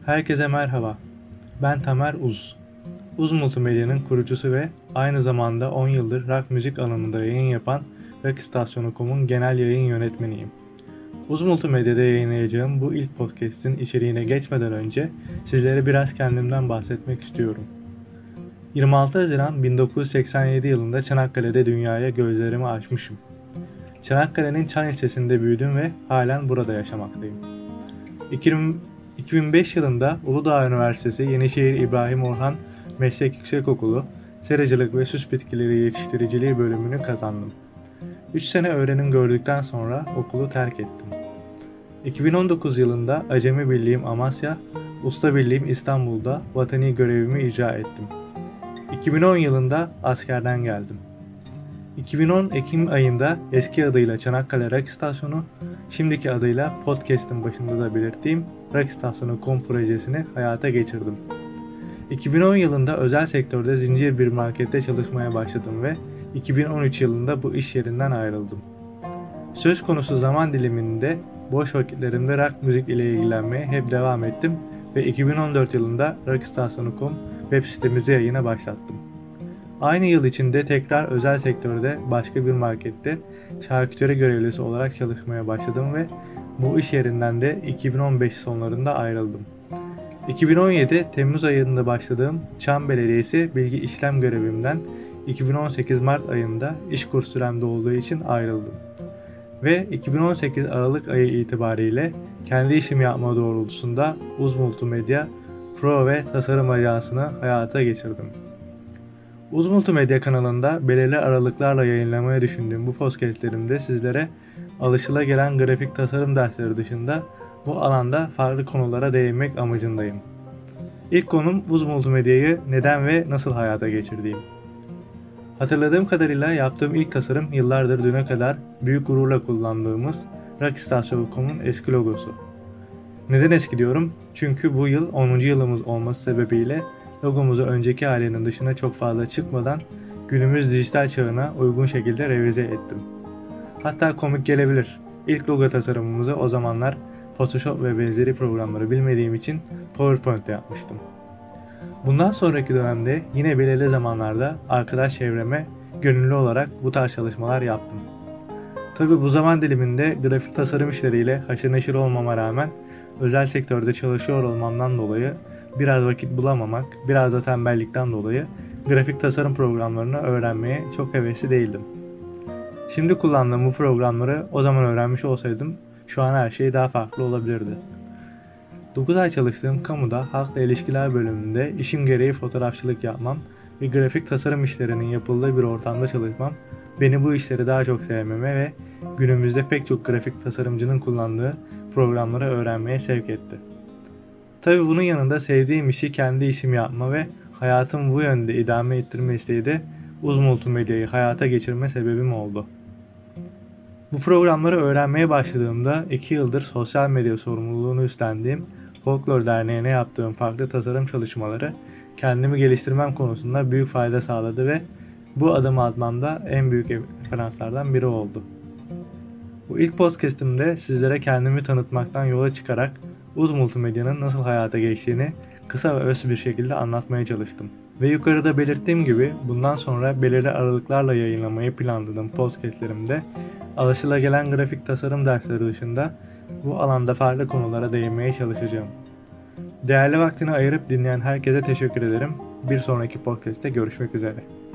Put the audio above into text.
Herkese merhaba. Ben Tamer Uz. Uz Multimedya'nın kurucusu ve aynı zamanda 10 yıldır rock müzik alanında yayın yapan Rockstasyonu.com'un genel yayın yönetmeniyim. Uz Multimedya'da yayınlayacağım bu ilk podcast'in içeriğine geçmeden önce sizlere biraz kendimden bahsetmek istiyorum. 26 Haziran 1987 yılında Çanakkale'de dünyaya gözlerimi açmışım. Çanakkale'nin Çan ilçesinde büyüdüm ve halen burada yaşamaktayım. 2005 yılında Uludağ Üniversitesi Yenişehir İbrahim Orhan Meslek Yüksekokulu Seracılık ve Süs Bitkileri Yetiştiriciliği bölümünü kazandım. 3 sene öğrenim gördükten sonra okulu terk ettim. 2019 yılında Acemi Birliğim Amasya, Usta Birliğim İstanbul'da vatani görevimi icra ettim. 2010 yılında askerden geldim. 2010 Ekim ayında eski adıyla Çanakkale Rock İstasyonu, şimdiki adıyla podcast'ın başında da belirttiğim Rockstasyonu.com projesini hayata geçirdim. 2010 yılında özel sektörde zincir bir markette çalışmaya başladım ve 2013 yılında bu iş yerinden ayrıldım. Söz konusu zaman diliminde boş vakitlerimde rock müzik ile ilgilenmeye hep devam ettim ve 2014 yılında Rockstasyonu.com web sitemizi yayına başlattım. Aynı yıl içinde tekrar özel sektörde başka bir markette şarküteri görevlisi olarak çalışmaya başladım ve bu iş yerinden de 2015 sonlarında ayrıldım. 2017 Temmuz ayında başladığım Çan Belediyesi bilgi işlem görevimden 2018 Mart ayında iş kurs süremde olduğu için ayrıldım. Ve 2018 Aralık ayı itibariyle kendi işimi yapma doğrultusunda Uz Multimedya Pro ve Tasarım Ajansı'nı hayata geçirdim. Uz Multimedya kanalında belirli aralıklarla yayınlamayı düşündüğüm bu podcastlerimde sizlere alışılagelen grafik tasarım dersleri dışında bu alanda farklı konulara değinmek amacındayım. İlk konum Uz Multimedya'yı neden ve nasıl hayata geçirdiğim. Hatırladığım kadarıyla yaptığım ilk tasarım yıllardır düne kadar büyük gururla kullandığımız Rockstasyonu.com'un eski logosu. Neden eski diyorum? Çünkü bu yıl 10. yılımız olması sebebiyle logomuzu önceki halinin dışına çok fazla çıkmadan günümüz dijital çağına uygun şekilde revize ettim. Hatta komik gelebilir. İlk logo tasarımımızı o zamanlar Photoshop ve benzeri programları bilmediğim için PowerPoint'te yapmıştım. Bundan sonraki dönemde yine belirli zamanlarda arkadaş çevreme gönüllü olarak bu tarz çalışmalar yaptım. Tabi bu zaman diliminde grafik tasarım işleriyle haşır neşir olmama rağmen özel sektörde çalışıyor olmamdan dolayı biraz vakit bulamamak, biraz da tembellikten dolayı grafik tasarım programlarını öğrenmeye çok hevesli değildim. Şimdi kullandığım bu programları o zaman öğrenmiş olsaydım şu an her şey daha farklı olabilirdi. 9 ay çalıştığım kamuda halkla ilişkiler bölümünde işim gereği fotoğrafçılık yapmam ve grafik tasarım işlerinin yapıldığı bir ortamda çalışmam beni bu işleri daha çok sevmeme ve günümüzde pek çok grafik tasarımcının kullandığı programları öğrenmeye sevk etti. Tabii bunun yanında sevdiğim işi kendi işim yapma ve hayatımı bu yönde idame ettirme isteği de Uz Multimedya'yı hayata geçirme sebebim oldu. Bu programları öğrenmeye başladığımda 2 yıldır sosyal medya sorumluluğunu üstlendiğim Folklor Derneği'ne yaptığım farklı tasarım çalışmaları kendimi geliştirmem konusunda büyük fayda sağladı ve bu adımı atmamda en büyük referanslardan biri oldu. Bu ilk podcast'imde sizlere kendimi tanıtmaktan yola çıkarak Uz Multimedya'nın nasıl hayata geçtiğini kısa ve öz bir şekilde anlatmaya çalıştım. Ve yukarıda belirttiğim gibi bundan sonra belirli aralıklarla yayınlamayı planladığım podcastlerimde alışılagelen grafik tasarım dersleri dışında bu alanda farklı konulara değinmeye çalışacağım. Değerli vaktini ayırıp dinleyen herkese teşekkür ederim. Bir sonraki podcast'te görüşmek üzere.